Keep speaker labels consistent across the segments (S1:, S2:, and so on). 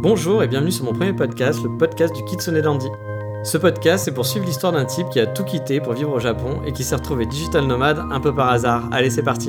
S1: Bonjour et bienvenue sur mon premier podcast, le podcast du Kitsune Dandy. Ce podcast, c'est pour suivre l'histoire d'un type qui a tout quitté pour vivre au Japon et qui s'est retrouvé digital nomade un peu par hasard. Allez, c'est parti.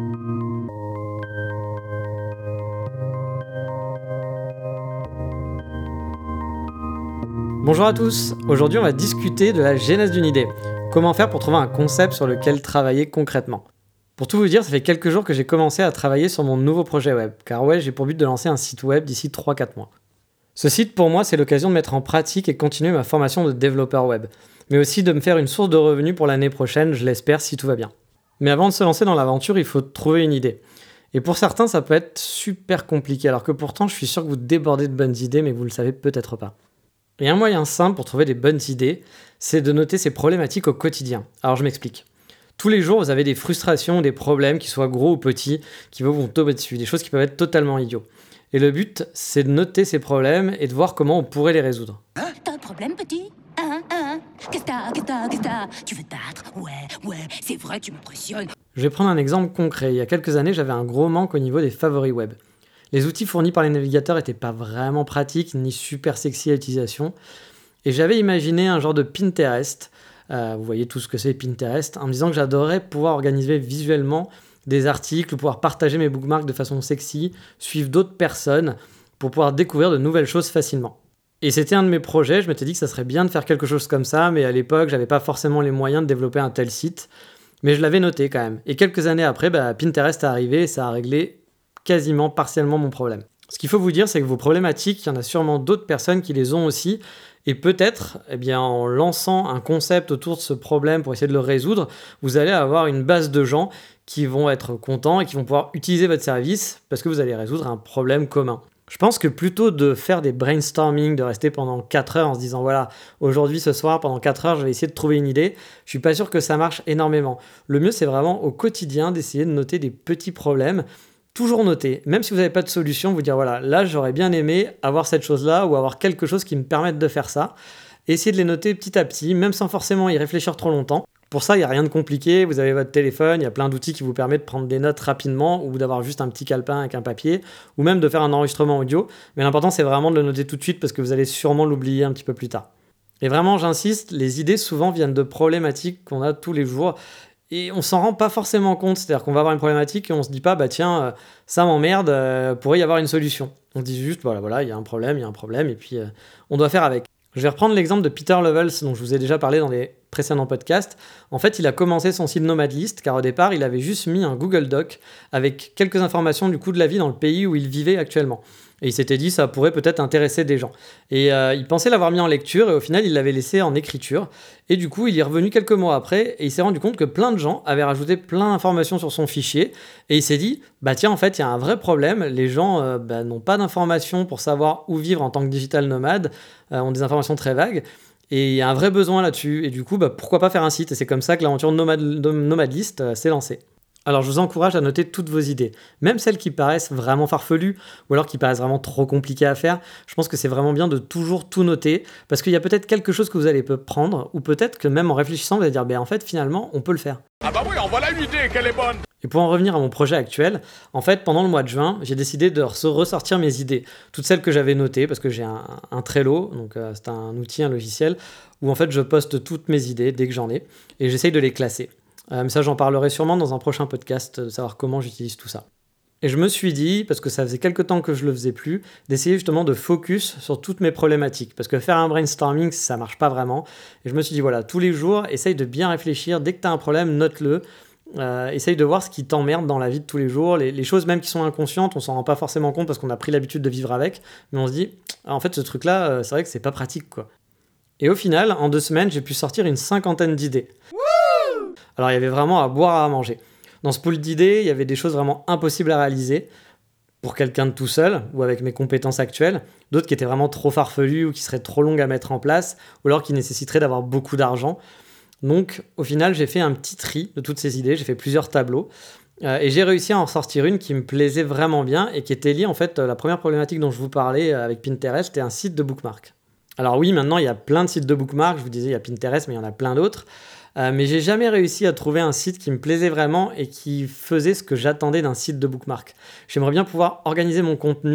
S1: Bonjour à tous, aujourd'hui on va discuter de la genèse d'une idée. Comment faire pour trouver un concept sur lequel travailler concrètement. Pour tout vous dire, ça fait quelques jours que j'ai commencé à travailler sur mon nouveau projet web, car j'ai pour but de lancer un site web d'ici 3-4 mois. Ce site, pour moi, c'est l'occasion de mettre en pratique et continuer ma formation de développeur web, mais aussi de me faire une source de revenus pour l'année prochaine, je l'espère, si tout va bien. Mais avant de se lancer dans l'aventure, il faut trouver une idée. Et pour certains, ça peut être super compliqué, alors que pourtant, je suis sûr que vous débordez de bonnes idées, mais vous le savez peut-être pas. Et un moyen simple pour trouver des bonnes idées, c'est de noter ses problématiques au quotidien. Alors je m'explique. Tous les jours, vous avez des frustrations, des problèmes, qu'ils soient gros ou petits, qui vont vous tomber dessus, des choses qui peuvent être totalement idiots. Et le but, c'est de noter ces problèmes et de voir comment on pourrait les résoudre.
S2: Hein? T'as un problème, petit? Qu'est-ce que t'as? Tu veux te battre? Ouais, c'est vrai, tu m'impressionnes.
S1: Je vais prendre un exemple concret. Il y a quelques années, j'avais un gros manque au niveau des favoris web. Les outils fournis par les navigateurs n'étaient pas vraiment pratiques ni super sexy à l'utilisation. Et j'avais imaginé un genre de Pinterest. Vous voyez tout ce que c'est Pinterest, en me disant que j'adorais pouvoir organiser visuellement des articles, pouvoir partager mes bookmarks de façon sexy, suivre d'autres personnes pour pouvoir découvrir de nouvelles choses facilement. Et c'était un de mes projets, je m'étais dit que ça serait bien de faire quelque chose comme ça, mais à l'époque, j'avais pas forcément les moyens de développer un tel site, mais je l'avais noté quand même. Et quelques années après, Pinterest est arrivé et ça a réglé quasiment partiellement mon problème. Ce qu'il faut vous dire, c'est que vos problématiques, il y en a sûrement d'autres personnes qui les ont aussi, et peut-être, en lançant un concept autour de ce problème pour essayer de le résoudre, vous allez avoir une base de gens qui vont être contents et qui vont pouvoir utiliser votre service parce que vous allez résoudre un problème commun. Je pense que plutôt de faire des brainstorming, de rester pendant 4 heures en se disant voilà, aujourd'hui, ce soir, pendant 4 heures, je vais essayer de trouver une idée, je suis pas sûr que ça marche énormément. Le mieux, c'est vraiment au quotidien d'essayer de noter des petits problèmes. Toujours noter, même si vous n'avez pas de solution, vous dire voilà, là j'aurais bien aimé avoir cette chose-là ou avoir quelque chose qui me permette de faire ça. Essayez de les noter petit à petit, même sans forcément y réfléchir trop longtemps. Pour ça, il n'y a rien de compliqué, vous avez votre téléphone, il y a plein d'outils qui vous permettent de prendre des notes rapidement ou d'avoir juste un petit calepin avec un papier ou même de faire un enregistrement audio. Mais l'important, c'est vraiment de le noter tout de suite parce que vous allez sûrement l'oublier un petit peu plus tard. Et vraiment, j'insiste, les idées souvent viennent de problématiques qu'on a tous les jours. Et on s'en rend pas forcément compte, c'est-à-dire qu'on va avoir une problématique et on se dit pas, ça m'emmerde, pourrait y avoir une solution. On se dit juste, voilà, il y a un problème, et puis on doit faire avec. Je vais reprendre l'exemple de Peter Levels, dont je vous ai déjà parlé dans les précédents podcasts. En fait, il a commencé son site Nomadlist, car au départ, il avait juste mis un Google Doc avec quelques informations du coût de la vie dans le pays où il vivait actuellement. Et il s'était dit, ça pourrait peut-être intéresser des gens. Et il pensait l'avoir mis en lecture, et au final, il l'avait laissé en écriture. Et du coup, il y est revenu quelques mois après, et il s'est rendu compte que plein de gens avaient rajouté plein d'informations sur son fichier. Et il s'est dit, en fait, il y a un vrai problème. Les gens n'ont pas d'informations pour savoir où vivre en tant que digital nomade, ont des informations très vagues. Et il y a un vrai besoin là-dessus. Et du coup, pourquoi pas faire un site? Et c'est comme ça que l'aventure Nomadlist s'est lancée. Alors je vous encourage à noter toutes vos idées, même celles qui paraissent vraiment farfelues ou alors qui paraissent vraiment trop compliquées à faire. Je pense que c'est vraiment bien de toujours tout noter parce qu'il y a peut-être quelque chose que vous allez prendre ou peut-être que même en réfléchissant vous allez dire en fait finalement on peut le faire.
S3: Ah bah oui, en voilà une idée, qu'elle est bonne.
S1: Et pour en revenir à mon projet actuel, en fait pendant le mois de juin j'ai décidé de ressortir mes idées, toutes celles que j'avais notées parce que j'ai un Trello, donc c'est un outil, un logiciel où en fait je poste toutes mes idées dès que j'en ai et j'essaye de les classer. Mais ça, j'en parlerai sûrement dans un prochain podcast, de savoir comment j'utilise tout ça. Et je me suis dit, parce que ça faisait quelques temps que je le faisais plus, d'essayer justement de focus sur toutes mes problématiques. Parce que faire un brainstorming, ça marche pas vraiment. Et je me suis dit, voilà, tous les jours, essaye de bien réfléchir. Dès que tu as un problème, note-le. Essaye de voir ce qui t'emmerde dans la vie de tous les jours. Les choses même qui sont inconscientes, on s'en rend pas forcément compte parce qu'on a pris l'habitude de vivre avec. Mais on se dit, en fait, ce truc-là, c'est vrai que c'est pas pratique, quoi. Et au final, en 2 semaines, j'ai pu sortir une 50aine d'idées. Alors il y avait vraiment à boire et à manger. Dans ce pool d'idées, il y avait des choses vraiment impossibles à réaliser pour quelqu'un de tout seul ou avec mes compétences actuelles, d'autres qui étaient vraiment trop farfelues ou qui seraient trop longues à mettre en place ou alors qui nécessiteraient d'avoir beaucoup d'argent. Donc au final, j'ai fait un petit tri de toutes ces idées, j'ai fait plusieurs tableaux et j'ai réussi à en sortir une qui me plaisait vraiment bien et qui était liée en fait, la première problématique dont je vous parlais avec Pinterest, c'était un site de bookmark. Alors oui, maintenant il y a plein de sites de bookmark, je vous disais il y a Pinterest mais il y en a plein d'autres. Mais j'ai jamais réussi à trouver un site qui me plaisait vraiment et qui faisait ce que j'attendais d'un site de bookmark. J'aimerais bien pouvoir organiser mon contenu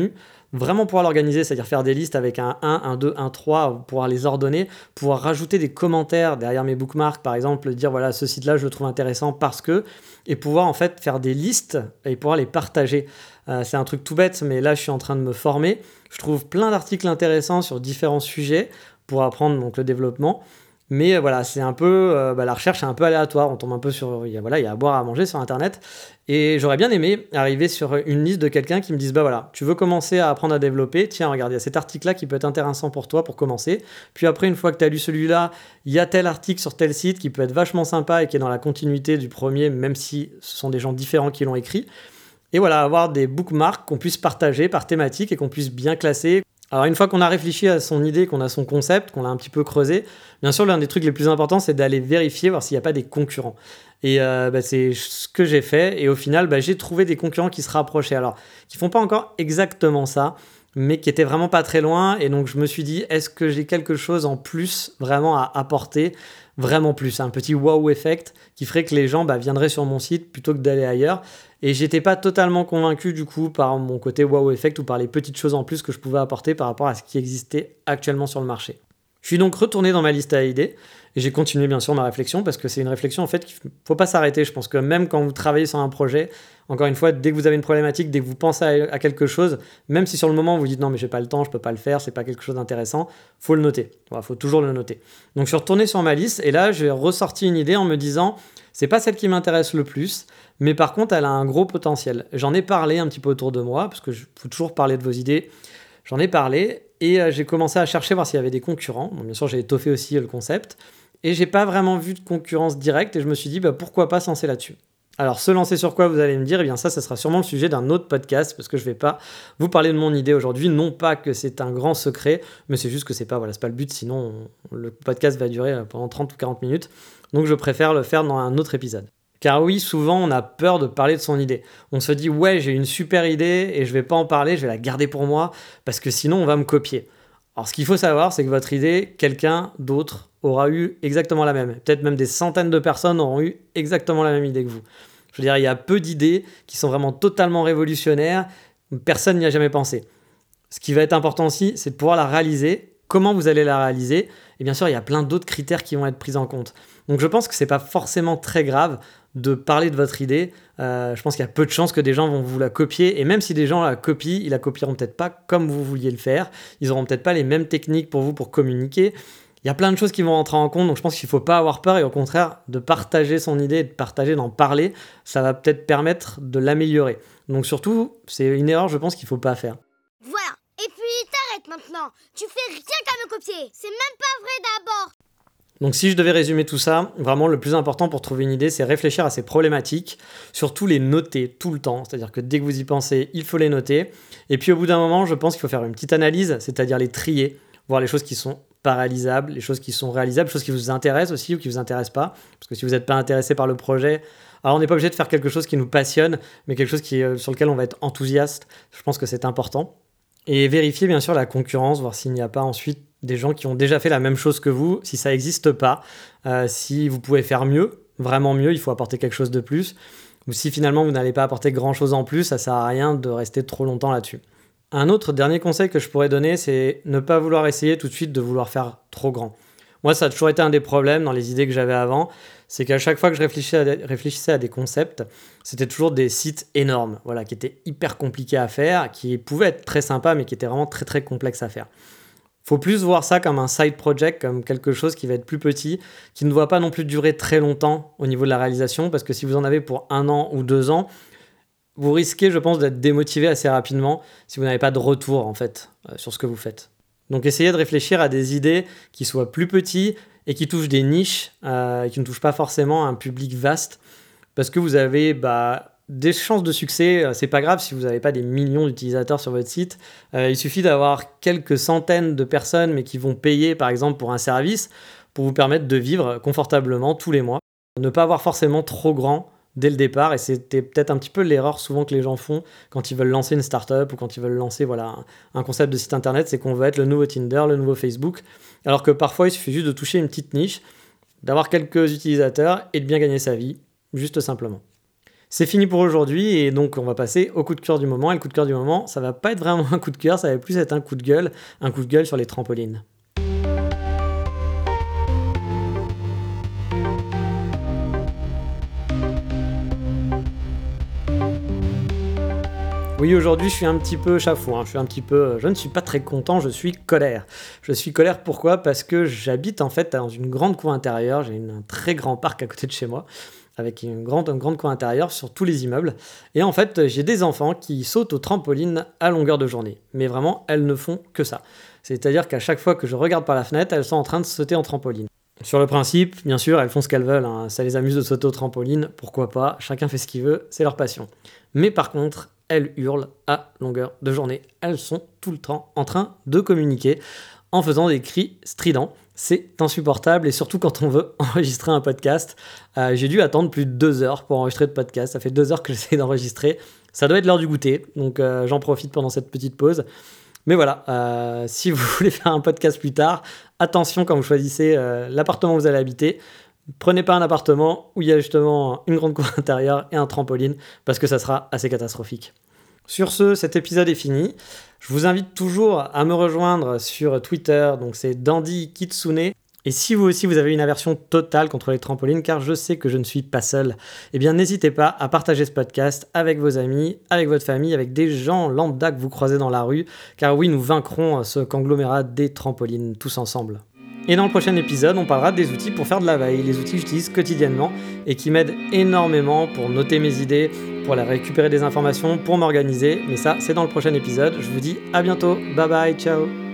S1: vraiment pouvoir l'organiser, c'est-à-dire faire des listes avec un 1, un 2, un 3, pouvoir les ordonner, pouvoir rajouter des commentaires derrière mes bookmarks, par exemple, dire voilà, ce site-là, je le trouve intéressant parce que, et pouvoir en fait faire des listes et pouvoir les partager. C'est un truc tout bête, mais là, je suis en train de me former. Je trouve plein d'articles intéressants sur différents sujets pour apprendre donc, le développement. Mais voilà, c'est un peu, la recherche est un peu aléatoire, on tombe un peu sur, il y a à boire, à manger sur Internet, et j'aurais bien aimé arriver sur une liste de quelqu'un qui me dise, tu veux commencer à apprendre à développer, tiens, regarde, il y a cet article-là qui peut être intéressant pour toi pour commencer, puis après, une fois que tu as lu celui-là, il y a tel article sur tel site qui peut être vachement sympa et qui est dans la continuité du premier, même si ce sont des gens différents qui l'ont écrit, et voilà, avoir des bookmarks qu'on puisse partager par thématique et qu'on puisse bien classer. Alors une fois qu'on a réfléchi à son idée, qu'on a son concept, qu'on l'a un petit peu creusé, bien sûr l'un des trucs les plus importants c'est d'aller vérifier, voir s'il n'y a pas des concurrents. Et c'est ce que j'ai fait et au final j'ai trouvé des concurrents qui se rapprochaient. Alors qui font pas encore exactement ça, mais qui étaient vraiment pas très loin et donc je me suis dit est-ce que j'ai quelque chose en plus vraiment à apporter, vraiment plus, un petit wow effect qui ferait que les gens viendraient sur mon site plutôt que d'aller ailleurs. Et j'étais pas totalement convaincu du coup par mon côté wow effect ou par les petites choses en plus que je pouvais apporter par rapport à ce qui existait actuellement sur le marché. Je suis donc retourné dans ma liste à idées et j'ai continué bien sûr ma réflexion parce que c'est une réflexion en fait qu'il ne faut pas s'arrêter. Je pense que même quand vous travaillez sur un projet, encore une fois, dès que vous avez une problématique, dès que vous pensez à quelque chose, même si sur le moment vous dites non mais j'ai pas le temps, je peux pas le faire, c'est pas quelque chose d'intéressant, faut le noter. Faut toujours le noter. Donc je suis retourné sur ma liste et là j'ai ressorti une idée en me disant c'est pas celle qui m'intéresse le plus, mais par contre elle a un gros potentiel. J'en ai parlé un petit peu autour de moi parce que faut toujours parler de vos idées. J'en ai parlé et j'ai commencé à chercher voir s'il y avait des concurrents. Bon, bien sûr, j'ai étoffé aussi le concept et j'ai pas vraiment vu de concurrence directe et je me suis dit pourquoi pas se lancer là-dessus. Alors, se lancer sur quoi, vous allez me dire, eh bien ça sera sûrement le sujet d'un autre podcast parce que je vais pas vous parler de mon idée aujourd'hui. Non pas que c'est un grand secret, mais c'est juste que c'est pas le but, sinon le podcast va durer pendant 30 ou 40 minutes. Donc je préfère le faire dans un autre épisode. Car oui, souvent on a peur de parler de son idée. On se dit ouais, j'ai une super idée et je vais pas en parler, je vais la garder pour moi parce que sinon on va me copier. Alors ce qu'il faut savoir, c'est que votre idée, quelqu'un d'autre aura eu exactement la même. Peut-être même des centaines de personnes auront eu exactement la même idée que vous. Je veux dire, il y a peu d'idées qui sont vraiment totalement révolutionnaires, personne n'y a jamais pensé. Ce qui va être important aussi, c'est de pouvoir la réaliser. Comment vous allez la réaliser ? Et bien sûr, il y a plein d'autres critères qui vont être pris en compte. Donc je pense que c'est pas forcément très grave de parler de votre idée. Je pense qu'il y a peu de chances que des gens vont vous la copier. Et même si des gens la copient, ils la copieront peut-être pas comme vous vouliez le faire. Ils auront peut-être pas les mêmes techniques pour vous pour communiquer. Il y a plein de choses qui vont rentrer en compte. Donc je pense qu'il faut pas avoir peur et au contraire de partager son idée, de partager, d'en parler. Ça va peut-être permettre de l'améliorer. Donc surtout, c'est une erreur, je pense, qu'il faut pas faire.
S4: Voilà. Et puis t'arrêtes maintenant. Tu fais rien qu'à me copier. C'est même pas vrai d'abord.
S1: Donc si je devais résumer tout ça, vraiment le plus important pour trouver une idée, c'est réfléchir à ces problématiques, surtout les noter tout le temps, c'est-à-dire que dès que vous y pensez, il faut les noter. Et puis au bout d'un moment, je pense qu'il faut faire une petite analyse, c'est-à-dire les trier, voir les choses qui sont pas réalisables, les choses qui sont réalisables, les choses qui vous intéressent aussi ou qui vous intéressent pas, parce que si vous n'êtes pas intéressé par le projet, alors on n'est pas obligé de faire quelque chose qui nous passionne, mais quelque chose sur lequel on va être enthousiaste, je pense que c'est important. Et vérifier bien sûr la concurrence, voir s'il n'y a pas ensuite des gens qui ont déjà fait la même chose que vous, si ça n'existe pas, si vous pouvez faire mieux, vraiment mieux, il faut apporter quelque chose de plus, ou si finalement vous n'allez pas apporter grand chose en plus, ça sert à rien de rester trop longtemps là-dessus. Un autre dernier conseil que je pourrais donner, c'est ne pas vouloir essayer tout de suite de vouloir faire trop grand. Moi, ça a toujours été un des problèmes dans les idées que j'avais avant, c'est qu'à chaque fois que je réfléchissais à des concepts, c'était toujours des sites énormes, qui étaient hyper compliqués à faire, qui pouvaient être très sympas, mais qui étaient vraiment très très complexes à faire. Faut plus voir ça comme un side project, comme quelque chose qui va être plus petit, qui ne doit pas non plus durer très longtemps au niveau de la réalisation, parce que si vous en avez pour 1 an ou 2 ans, vous risquez, je pense, d'être démotivé assez rapidement si vous n'avez pas de retour en fait sur ce que vous faites. Donc essayez de réfléchir à des idées qui soient plus petites et qui touchent des niches, qui ne touchent pas forcément un public vaste, parce que vous avez des chances de succès. C'est pas grave si vous n'avez pas des millions d'utilisateurs sur votre site. Il suffit d'avoir quelques centaines de personnes, mais qui vont payer par exemple pour un service, pour vous permettre de vivre confortablement tous les mois. Ne pas avoir forcément trop grand dès le départ, et c'était peut-être un petit peu l'erreur souvent que les gens font quand ils veulent lancer une startup ou quand ils veulent lancer un concept de site internet, c'est qu'on veut être le nouveau Tinder, le nouveau Facebook, alors que parfois il suffit juste de toucher une petite niche, d'avoir quelques utilisateurs et de bien gagner sa vie, juste simplement. C'est fini pour aujourd'hui et donc on va passer au coup de cœur du moment. Et le coup de cœur du moment, ça va pas être vraiment un coup de cœur, ça va plus être un coup de gueule sur les trampolines. Oui, aujourd'hui, je suis un petit peu chafouin, je ne suis pas très content, je suis colère. Je suis colère pourquoi ? Parce que j'habite en fait dans une grande cour intérieure, j'ai un très grand parc à côté de chez moi, avec une grande cour intérieure sur tous les immeubles. Et en fait, j'ai des enfants qui sautent aux trampolines à longueur de journée. Mais vraiment, elles ne font que ça. C'est-à-dire qu'à chaque fois que je regarde par la fenêtre, elles sont en train de sauter en trampoline. Sur le principe, bien sûr, elles font ce qu'elles veulent, hein. Ça les amuse de sauter aux trampolines, pourquoi pas, chacun fait ce qu'il veut, c'est leur passion. Mais par contre, elles hurlent à longueur de journée. Elles sont tout le temps en train de communiquer en faisant des cris stridents. C'est insupportable et surtout quand on veut enregistrer un podcast. J'ai dû attendre plus de 2 heures pour enregistrer le podcast. Ça fait 2 heures que j'essaie d'enregistrer. Ça doit être l'heure du goûter, donc j'en profite pendant cette petite pause. Mais voilà, si vous voulez faire un podcast plus tard, attention quand vous choisissez l'appartement où vous allez habiter. Prenez pas un appartement où il y a justement une grande cour intérieure et un trampoline, parce que ça sera assez catastrophique. Sur ce, cet épisode est fini. Je vous invite toujours à me rejoindre sur Twitter, donc c'est Dandy Kitsune. Et si vous aussi vous avez une aversion totale contre les trampolines, car je sais que je ne suis pas seul, eh bien n'hésitez pas à partager ce podcast avec vos amis, avec votre famille, avec des gens lambda que vous croisez dans la rue, car oui, nous vaincrons ce conglomérat des trampolines tous ensemble. Et dans le prochain épisode, on parlera des outils pour faire de la veille, les outils que j'utilise quotidiennement et qui m'aident énormément pour noter mes idées, pour récupérer des informations, pour m'organiser. Mais ça, c'est dans le prochain épisode. Je vous dis à bientôt. Bye bye, ciao.